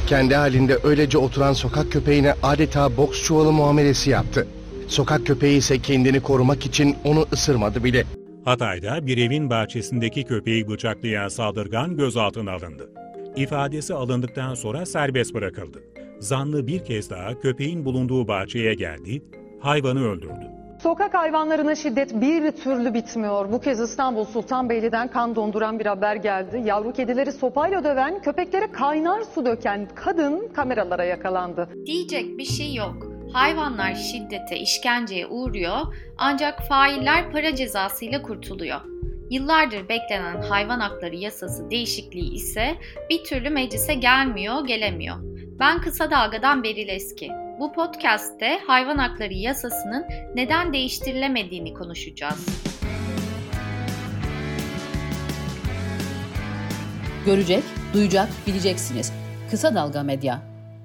Kendi halinde öylece oturan sokak köpeğine adeta boks çuvalı muamelesi yaptı. Sokak köpeği ise kendini korumak için onu ısırmadı bile. Hatay'da bir evin bahçesindeki köpeği bıçaklayan saldırgan gözaltına alındı. İfadesi alındıktan sonra serbest bırakıldı. Zanlı bir kez daha köpeğin bulunduğu bahçeye geldi, hayvanı öldürdü. Sokak hayvanlarına şiddet bir türlü bitmiyor. Bu kez İstanbul Sultanbeyli'den kan donduran bir haber geldi. Yavru kedileri sopayla döven, köpeklere kaynar su döken kadın kameralara yakalandı. Diyecek bir şey yok. Hayvanlar şiddete, işkenceye uğruyor ancak failler para cezasıyla kurtuluyor. Yıllardır beklenen hayvan hakları yasası değişikliği ise bir türlü meclise gelemiyor. Ben Kısa Dalga'dan Beril Eski. Bu podcast'te hayvan hakları yasasının neden değiştirilemediğini konuşacağız. Görecek, duyacak, bileceksiniz. Kısa Dalga Medya.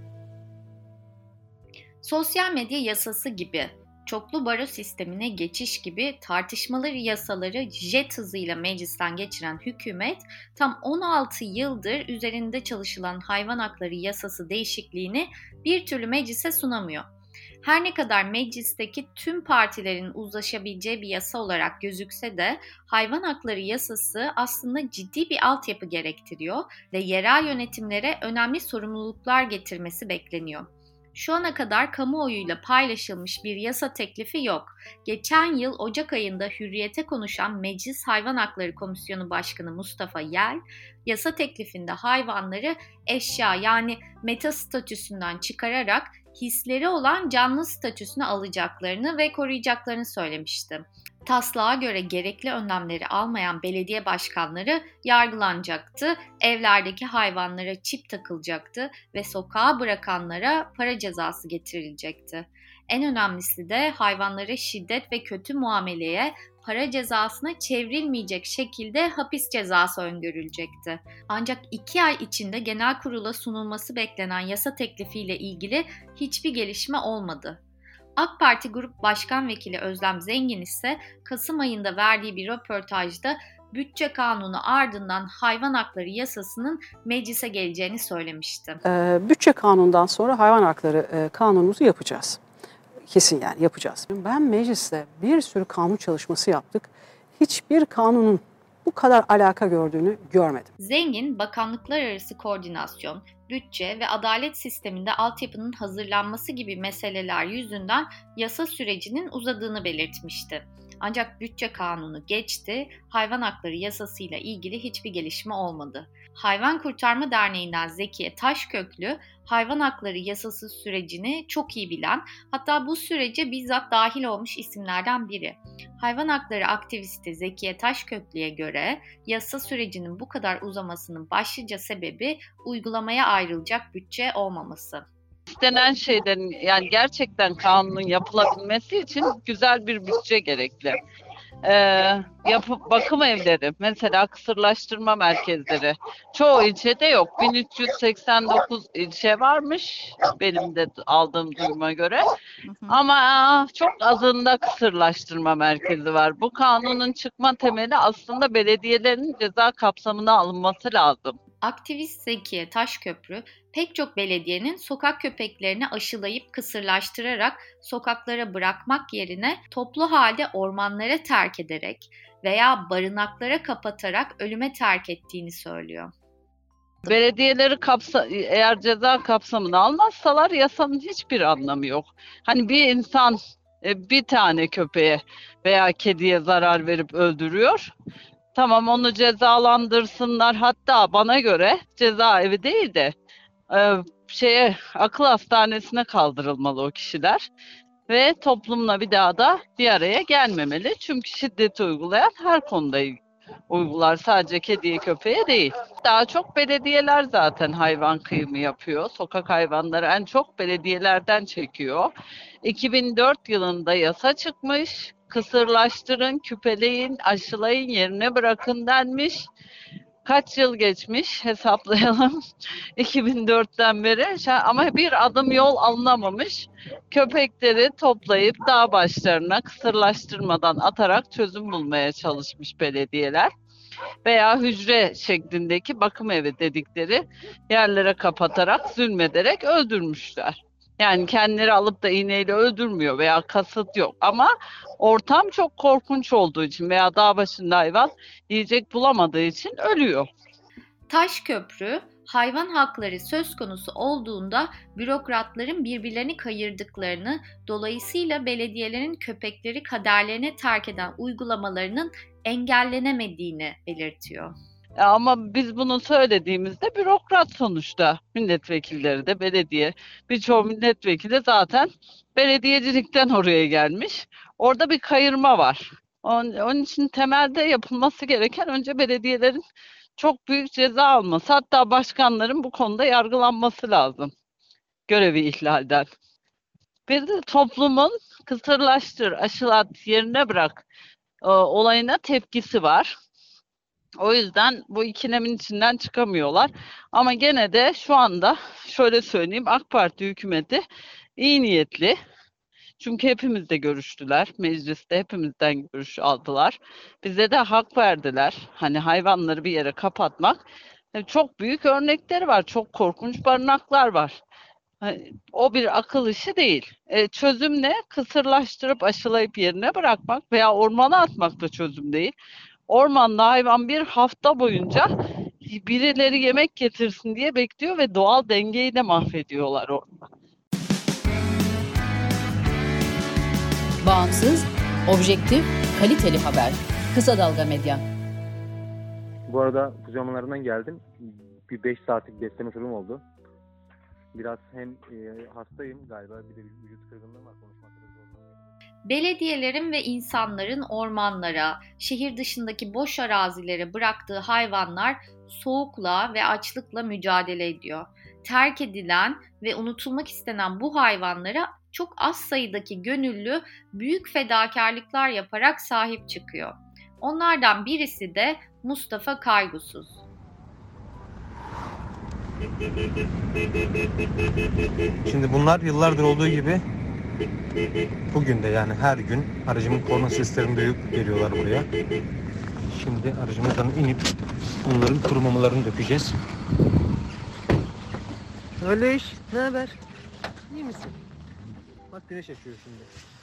Sosyal medya yasası gibi, çoklu baro sistemine geçiş gibi tartışmalı yasaları jet hızıyla meclisten geçiren hükümet tam 16 yıldır üzerinde çalışılan hayvan hakları yasası değişikliğini bir türlü meclise sunamıyor. Her ne kadar meclisteki tüm partilerin uzlaşabileceği bir yasa olarak gözükse de hayvan hakları yasası aslında ciddi bir altyapı gerektiriyor ve yerel yönetimlere önemli sorumluluklar getirmesi bekleniyor. Şu ana kadar kamuoyuyla paylaşılmış bir yasa teklifi yok. Geçen yıl Ocak ayında Hürriyet'e konuşan Meclis Hayvan Hakları Komisyonu Başkanı Mustafa Yel, yasa teklifinde hayvanları eşya yani meta statüsünden çıkararak hisleri olan canlı statüsüne alacaklarını ve koruyacaklarını söylemişti. Taslağa göre gerekli önlemleri almayan belediye başkanları yargılanacaktı, evlerdeki hayvanlara çip takılacaktı ve sokağa bırakanlara para cezası getirilecekti. En önemlisi de hayvanlara şiddet ve kötü muameleye para cezasına çevrilmeyecek şekilde hapis cezası öngörülecekti. Ancak 2 ay içinde genel kurula sunulması beklenen yasa teklifiyle ilgili hiçbir gelişme olmadı. AK Parti Grup Başkan Vekili Özlem Zengin ise Kasım ayında verdiği bir röportajda bütçe kanunu ardından hayvan hakları yasasının meclise geleceğini söylemişti. Bütçe kanunundan sonra hayvan hakları kanunumuzu yapacağız. Kesin yani yapacağız. Ben mecliste bir sürü kanun çalışması yaptık. Hiçbir kanunun bu kadar alaka gördüğünü görmedim. Zengin, bakanlıklar arası koordinasyon, bütçe ve adalet sisteminde altyapının hazırlanması gibi meseleler yüzünden yasa sürecinin uzadığını belirtmişti. Ancak bütçe kanunu geçti, hayvan hakları yasasıyla ilgili hiçbir gelişme olmadı. Hayvan Kurtarma Derneği'nden Zekiye Taşköklü, hayvan hakları yasası sürecini çok iyi bilen, hatta bu sürece bizzat dahil olmuş isimlerden biri. Hayvan hakları aktivisti Zekiye Taşköklü'ye göre yasa sürecinin bu kadar uzamasının başlıca sebebi uygulamaya ayrılacak bütçe olmaması. İstenen şeylerin yani gerçekten kanunun yapılabilmesi için güzel bir bütçe gerekli. Bakım evleri, mesela kısırlaştırma merkezleri çoğu ilçede yok. 1389 ilçe varmış benim de aldığım duyuma göre. Ama çok azında kısırlaştırma merkezi var. Bu kanunun çıkma temeli aslında belediyelerin ceza kapsamına alınması lazım. Aktivist Zekiye Taşköprü, pek çok belediyenin sokak köpeklerini aşılayıp kısırlaştırarak sokaklara bırakmak yerine toplu halde ormanlara terk ederek veya barınaklara kapatarak ölüme terk ettiğini söylüyor. Belediyeleri eğer ceza kapsamına almazsalar yasanın hiçbir anlamı yok. Hani bir insan bir tane köpeğe veya kediye zarar verip öldürüyor. Tamam, onu cezalandırsınlar. Hatta bana göre cezaevi değil de akıl hastanesine kaldırılmalı o kişiler ve toplumla bir daha da bir araya gelmemeli. Çünkü şiddeti uygulayan her konuda uygular, sadece kediye köpeğe değil. Daha çok belediyeler zaten hayvan kıyımı yapıyor. Sokak hayvanları en çok belediyelerden çekiyor. 2004 yılında yasa çıkmış. Kısırlaştırın, küpeleyin, aşılayın, yerine bırakın denmiş. Kaç yıl geçmiş hesaplayalım 2004'ten beri ama bir adım yol alınamamış. Köpekleri toplayıp dağ başlarına kısırlaştırmadan atarak çözüm bulmaya çalışmış belediyeler. veya hücre şeklindeki bakım evi dedikleri yerlere kapatarak, zulmederek öldürmüşler. Yani kendileri alıp da iğneyle öldürmüyor veya kasıt yok ama ortam çok korkunç olduğu için veya dağ başında hayvan yiyecek bulamadığı için ölüyor. Taşköprü, hayvan hakları söz konusu olduğunda bürokratların birbirlerini kayırdıklarını, dolayısıyla belediyelerin köpekleri kaderlerine terk eden uygulamalarının engellenemediğini belirtiyor. Ama biz bunu söylediğimizde bürokrat sonuçta, milletvekilleri de belediye, birçok milletvekili zaten belediyecilikten oraya gelmiş. Orada bir kayırma var. Onun için temelde yapılması gereken önce belediyelerin çok büyük ceza alması, hatta başkanların bu konuda yargılanması lazım görevi ihlalden. Bir de toplumun kısırlaştır, aşılat, yerine bırak olayına tepkisi var. O yüzden bu ikilemin içinden çıkamıyorlar. Ama gene de şu anda şöyle söyleyeyim, AK Parti hükümeti iyi niyetli. Çünkü hepimizle görüştüler. Mecliste hepimizden görüş aldılar. Bize de hak verdiler. Hani hayvanları bir yere kapatmak. Çok büyük örnekleri var. Çok korkunç barınaklar var. O bir akıl işi değil. Çözüm ne? Kısırlaştırıp aşılayıp yerine bırakmak veya ormana atmak da çözüm değil. Ormanda hayvan bir hafta boyunca birileri yemek getirsin diye bekliyor ve doğal dengeyi de mahvediyorlar orada. Bağımsız, objektif, kaliteli haber. Kısa Dalga Medya. Bu arada Kuzey Ormanları'ndan geldim. Bir 5 saatlik besleme turum oldu. Biraz hem hastayım galiba, bir de vücut kırgınlığım var, konuşmakta da zorlanıyorum. Belediyelerin ve insanların ormanlara, şehir dışındaki boş arazilere bıraktığı hayvanlar soğukla ve açlıkla mücadele ediyor. Terk edilen ve unutulmak istenen bu hayvanlara çok az sayıdaki gönüllü büyük fedakarlıklar yaparak sahip çıkıyor. Onlardan birisi de Mustafa Kaygusuz. Şimdi bunlar yıllardır olduğu gibi bugün de, yani her gün aracımın korna seslerini duyup geliyorlar buraya. Şimdi aracımızdan inip bunların kuru mamalarını dökeceğiz. Öyle iş. Ne haber? İyi misin? Bak güneş açıyor şimdi.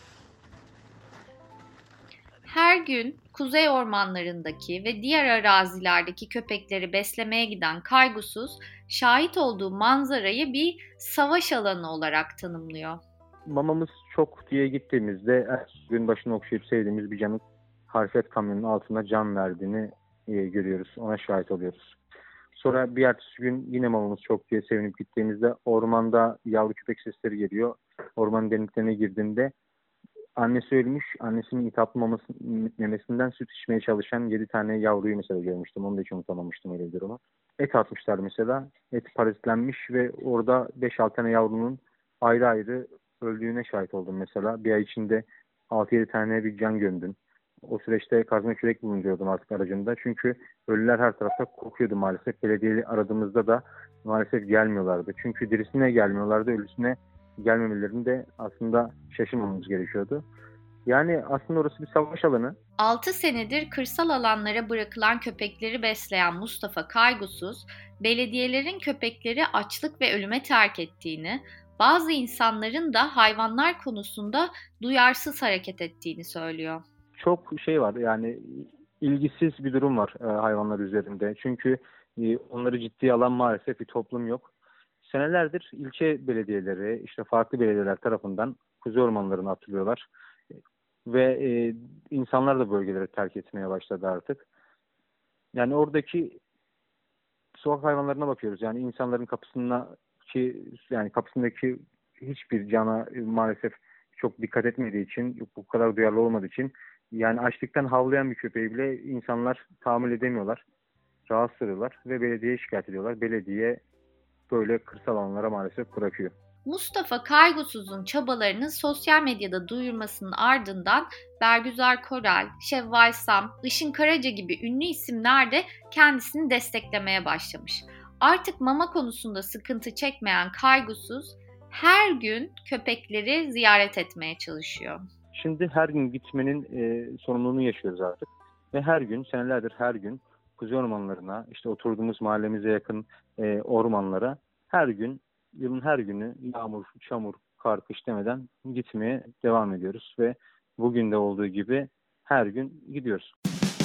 Her gün kuzey ormanlarındaki ve diğer arazilerdeki köpekleri beslemeye giden Kaygusuz, şahit olduğu manzarayı bir savaş alanı olarak tanımlıyor. Mamamız çok diye gittiğimizde gün başını okşayıp sevdiğimiz bir canın harfiyat kamyonunun altında can verdiğini görüyoruz. Ona şahit oluyoruz. Sonra bir ertesi gün yine mamamız çok diye sevinip gittiğimizde ormanda yavru köpek sesleri geliyor. Ormanın derinliklerine girdiğinde annesi ölmüş. Annesinin iltihaplı memesinden süt içmeye çalışan 7 tane yavruyu mesela görmüştüm. Onu da hiç unutamamıştım, öyle bir durumu. Et atmışlar mesela. Et parazitlenmiş ve orada 5-6 tane yavrunun ayrı ayrı öldüğüne şahit oldum mesela. Bir ay içinde 6-7 tane bir can gömdüm. O süreçte kazma kürek bulunduruyordum artık aracımda. Çünkü ölüler her tarafta kokuyordu maalesef. Belediyeyi aradığımızda da maalesef gelmiyorlardı. Çünkü dirisine gelmiyorlardı, ölüsüne gelmemelerini de aslında şaşırmamamız gerekiyordu. Yani aslında orası bir savaş alanı. 6 senedir kırsal alanlara bırakılan köpekleri besleyen Mustafa Kaygusuz, belediyelerin köpekleri açlık ve ölüme terk ettiğini, bazı insanların da hayvanlar konusunda duyarsız hareket ettiğini söylüyor. Çok şey var, yani ilgisiz bir durum var hayvanlar üzerinde. Çünkü onları ciddiye alan maalesef bir toplum yok. Senelerdir ilçe belediyeleri, işte farklı belediyeler tarafından kuzey ormanlarına atılıyorlar. Ve insanlar da bölgeleri terk etmeye başladı artık. Yani oradaki sokak hayvanlarına bakıyoruz. Yani insanların kapısındaki hiçbir cana maalesef çok dikkat etmediği için, bu kadar duyarlı olmadığı için, yani açlıktan havlayan bir köpeği bile insanlar tahammül edemiyorlar. Rahatsız oluyorlar ve belediyeye şikayet ediyorlar. Belediye böyle kırsal alanlara maalesef bırakıyor. Mustafa Kaygusuz'un çabalarının sosyal medyada duyurmasının ardından Bergüzar Korel, Şevval Sam, Işın Karaca gibi ünlü isimler de kendisini desteklemeye başlamış. Artık mama konusunda sıkıntı çekmeyen Kaygusuz her gün köpekleri ziyaret etmeye çalışıyor. Şimdi her gün gitmenin sorumluluğunu yaşıyoruz artık. Ve her gün, senelerdir her gün kuzey ormanlarına, işte oturduğumuz mahallemize yakın ormanlara her gün, yılın her günü yağmur, çamur, kar, kış demeden gitmeye devam ediyoruz ve bugün de olduğu gibi her gün gidiyoruz.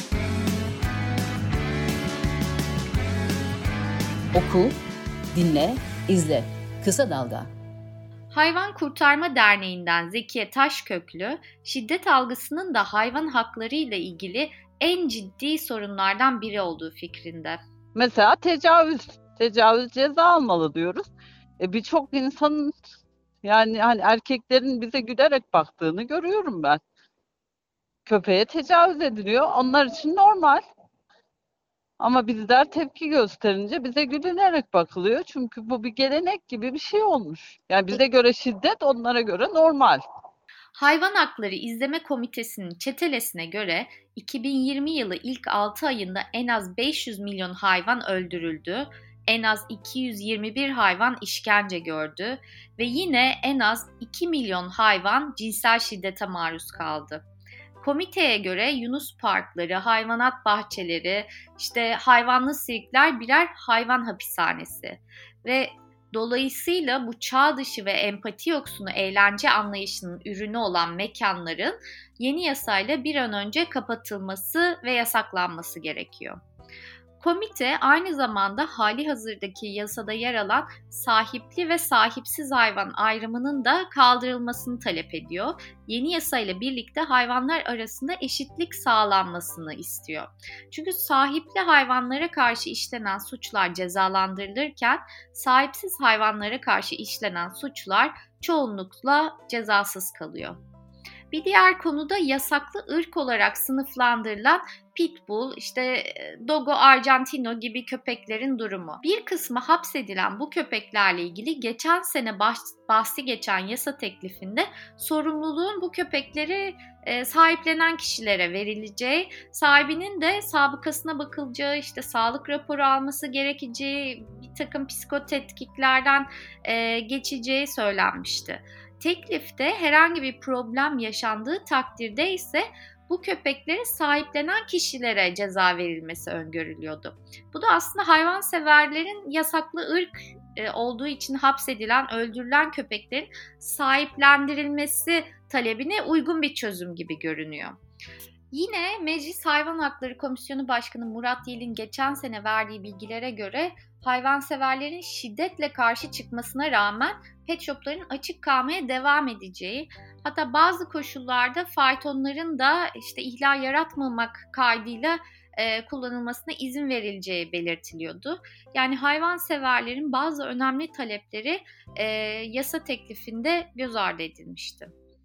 Oku, dinle, izle. Kısa Dalga. Hayvan Kurtarma Derneği'nden Zekiye Taşköklü, şiddet algısının da hayvan hakları ile ilgili en ciddi sorunlardan biri olduğu fikrinde. Mesela tecavüz ceza almalı diyoruz. Birçok insanın, yani hani erkeklerin bize gülerek baktığını görüyorum ben. Köpeğe tecavüz ediliyor. Onlar için normal. Ama bizler tepki gösterince bize gülünerek bakılıyor. Çünkü bu bir gelenek gibi bir şey olmuş. Yani bize göre şiddet, onlara göre normal. Hayvan Hakları İzleme Komitesi'nin çetelesine göre 2020 yılı ilk 6 ayında en az 500 milyon hayvan öldürüldü, en az 221 hayvan işkence gördü ve yine en az 2 milyon hayvan cinsel şiddete maruz kaldı. Komiteye göre Yunus parkları, hayvanat bahçeleri, hayvanlı sirkler birer hayvan hapishanesi ve dolayısıyla bu çağ dışı ve empati yoksunu eğlence anlayışının ürünü olan mekanların yeni yasayla bir an önce kapatılması ve yasaklanması gerekiyor. Komite aynı zamanda halihazırdaki yasada yer alan sahipli ve sahipsiz hayvan ayrımının da kaldırılmasını talep ediyor. Yeni yasayla birlikte hayvanlar arasında eşitlik sağlanmasını istiyor. Çünkü sahipli hayvanlara karşı işlenen suçlar cezalandırılırken sahipsiz hayvanlara karşı işlenen suçlar çoğunlukla cezasız kalıyor. Bir diğer konu da yasaklı ırk olarak sınıflandırılan Pitbull, Dogo Argentino gibi köpeklerin durumu. Bir kısmı hapsedilen bu köpeklerle ilgili geçen sene bahsi geçen yasa teklifinde sorumluluğun bu köpekleri sahiplenen kişilere verileceği, sahibinin de sabıkasına bakılacağı, sağlık raporu alması gerekeceği, bir takım psikotetkiklerden geçeceği söylenmişti. Teklifte herhangi bir problem yaşandığı takdirde ise bu köpekleri sahiplenen kişilere ceza verilmesi öngörülüyordu. Bu da aslında hayvanseverlerin yasaklı ırk olduğu için hapsedilen, öldürülen köpeklerin sahiplendirilmesi talebine uygun bir çözüm gibi görünüyor. Yine Meclis Hayvan Hakları Komisyonu Başkanı Murat Yel'in geçen sene verdiği bilgilere göre hayvanseverlerin şiddetle karşı çıkmasına rağmen pet shopların açık kalmaya devam edeceği, hatta bazı koşullarda faytonların da ihlal yaratmamak kaydıyla kullanılmasına izin verileceği belirtiliyordu. Yani hayvanseverlerin bazı önemli talepleri yasa teklifinde göz ardı edilmişti.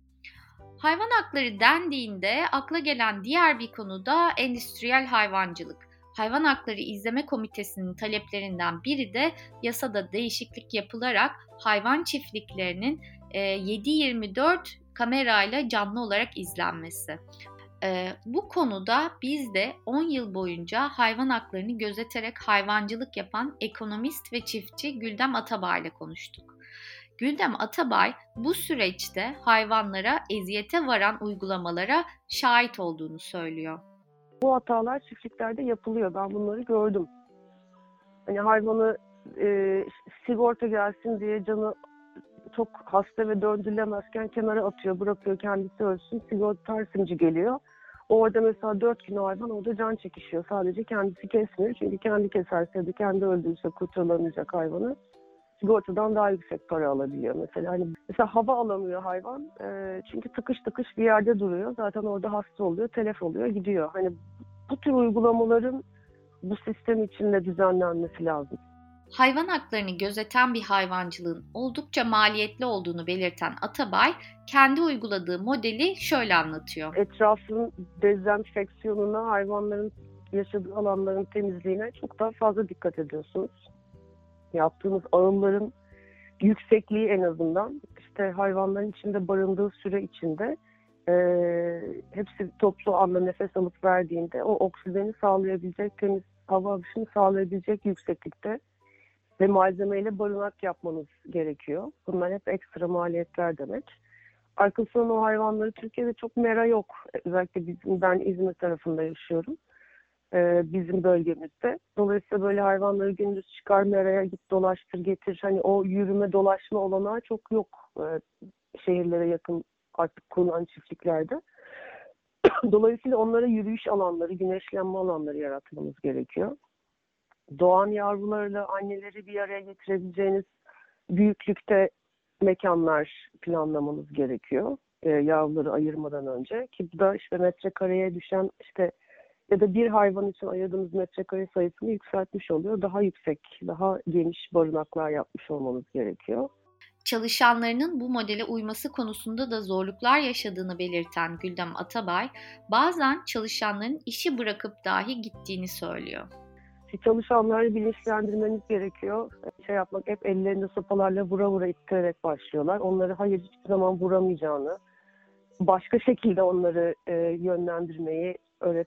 Hayvan hakları dendiğinde akla gelen diğer bir konu da endüstriyel hayvancılık. Hayvan Hakları İzleme Komitesi'nin taleplerinden biri de yasada değişiklik yapılarak hayvan çiftliklerinin 7/24 kamerayla canlı olarak izlenmesi. Bu konuda biz de 10 yıl boyunca hayvan haklarını gözeterek hayvancılık yapan ekonomist ve çiftçi Güldem Atabay ile konuştuk. Güldem Atabay bu süreçte hayvanlara eziyete varan uygulamalara şahit olduğunu söylüyor. Bu hatalar çiftliklerde yapılıyor. Ben bunları gördüm. Hani hayvanı sigorta gelsin diye canı çok hasta ve döndürülemezken kenara atıyor, bırakıyor, kendisi ölsün. Sigorta tarsimci geliyor. Orada mesela 4 gün o hayvan orada can çekişiyor. Sadece kendisi kesmiyor. Çünkü kendi keserse de kendi öldürürse kurtulamayacak hayvanı. Sigortadan daha yüksek para alabiliyor mesela. Mesela hava alamıyor hayvan. Çünkü tıkış tıkış bir yerde duruyor. Zaten orada hasta oluyor, telef oluyor, gidiyor. Bu tür uygulamaların bu sistem içinde düzenlenmesi lazım. Hayvan haklarını gözeten bir hayvancılığın oldukça maliyetli olduğunu belirten Atabay, kendi uyguladığı modeli şöyle anlatıyor. Etrafın dezenfeksiyonuna, hayvanların yaşadığı alanların temizliğine çok daha fazla dikkat ediyorsunuz. Yaptığınız ağılların yüksekliği en azından, hayvanların içinde barındığı süre içinde hepsi toplu anda nefes alıp verdiğinde o oksijeni sağlayabilecek, temiz hava akışını sağlayabilecek yükseklikte ve malzemeyle barınak yapmanız gerekiyor. Bunlar hep ekstra maliyetler demek. Arkasından o hayvanları, Türkiye'de çok mera yok. Özellikle ben İzmir tarafında yaşıyorum. bizim bölgemizde. Dolayısıyla böyle hayvanları gündüz çıkar meraya git dolaştır getir. Hani o yürüme dolaşma olanağı çok yok şehirlere yakın artık kurulan çiftliklerde. Dolayısıyla onlara yürüyüş alanları, güneşlenme alanları yaratmamız gerekiyor. Doğan yavrularıyla anneleri bir araya getirebileceğiniz büyüklükte mekanlar planlamamız gerekiyor. Yavruları ayırmadan önce. Ki bu da işte metrekareye düşen işte ya da bir hayvan için ayırdığımız metrekare sayısını yükseltmiş oluyor. Daha yüksek, daha geniş barınaklar yapmış olmamız gerekiyor. Çalışanlarının bu modele uyması konusunda da zorluklar yaşadığını belirten Güldem Atabay, bazen çalışanların işi bırakıp dahi gittiğini söylüyor. Çalışanları bilinçlendirmeniz gerekiyor. Yapmak hep ellerinde sopalarla vura vura ittirerek başlıyorlar. Onları hayır hiçbir zaman vuramayacağını, başka şekilde onları yönlendirmeyi,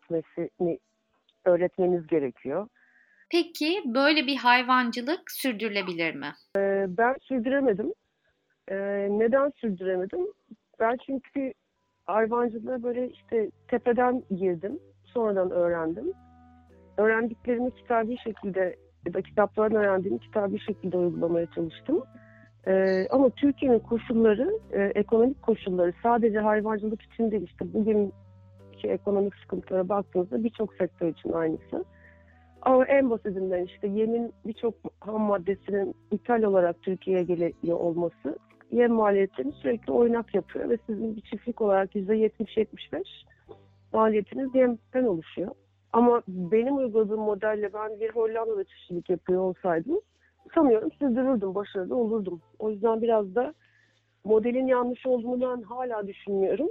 öğretmeniz gerekiyor. Peki böyle bir hayvancılık sürdürülebilir mi? Ben sürdüremedim. Neden sürdüremedim? Ben çünkü hayvancılığa böyle işte tepeden girdim. Sonradan öğrendim. Öğrendiklerimi kitabi şekilde ya da kitaplardan öğrendiğimi kitabi şekilde uygulamaya çalıştım. Ama Türkiye'nin koşulları, ekonomik koşulları sadece hayvancılık için değil, işte bugünkü ekonomik sıkıntılara baktığınızda birçok sektör için aynısı. Ama en basitinden işte yemin birçok ham maddesinin ithal olarak Türkiye'ye geliyor olması yem maliyetlerini sürekli oynak yapıyor ve sizin bir çiftlik olarak %70-75 maliyetiniz yemden oluşuyor. Ama benim uyguladığım modelle ben bir Hollanda'da çiftçilik yapıyor olsaydım sanıyorum sürdürürdüm, başarılı olurdum. O yüzden biraz da modelin yanlış olduğunu ben hala düşünmüyorum.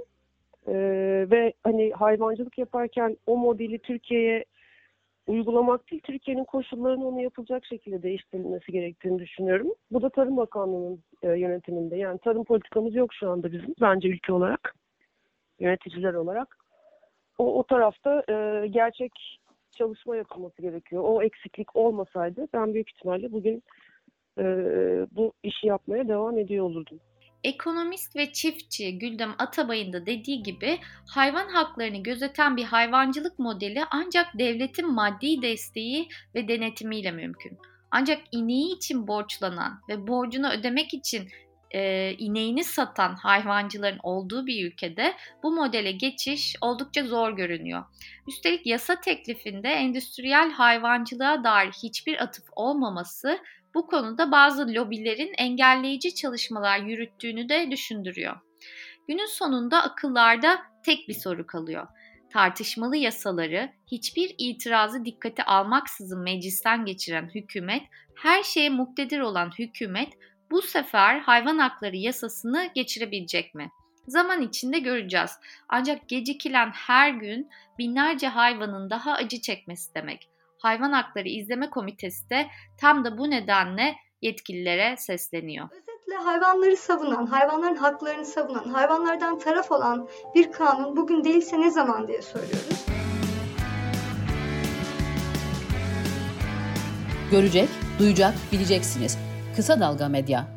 Ve hani hayvancılık yaparken o modeli Türkiye'ye uygulamak değil, Türkiye'nin koşullarını onu yapılacak şekilde değiştirilmesi gerektiğini düşünüyorum. Bu da Tarım Bakanlığı'nın yönetiminde. Yani tarım politikamız yok şu anda bizim, bence ülke olarak, yöneticiler olarak. O tarafta gerçek çalışma yapılması gerekiyor. O eksiklik olmasaydı ben büyük ihtimalle bugün bu işi yapmaya devam ediyor olurdum. Ekonomist ve çiftçi Güldem Atabay'ın da dediği gibi hayvan haklarını gözeten bir hayvancılık modeli ancak devletin maddi desteği ve denetimiyle mümkün. Ancak ineği için borçlanan ve borcunu ödemek için ineğini satan hayvancıların olduğu bir ülkede bu modele geçiş oldukça zor görünüyor. Üstelik yasa teklifinde endüstriyel hayvancılığa dair hiçbir atıf olmaması bu konuda bazı lobilerin engelleyici çalışmalar yürüttüğünü de düşündürüyor. Günün sonunda akıllarda tek bir soru kalıyor. Tartışmalı yasaları hiçbir itirazı dikkate almaksızın meclisten geçiren hükümet, her şeye muktedir olan hükümet bu sefer hayvan hakları yasasını geçirebilecek mi? Zaman içinde göreceğiz. Ancak gecikilen her gün binlerce hayvanın daha acı çekmesi demek. Hayvan Hakları İzleme Komitesi de tam da bu nedenle yetkililere sesleniyor. Özetle hayvanları savunan, hayvanların haklarını savunan, hayvanlardan taraf olan bir kanun bugün değilse ne zaman diye soruyoruz. Görecek, duyacak, bileceksiniz. Kısa Dalga Medya.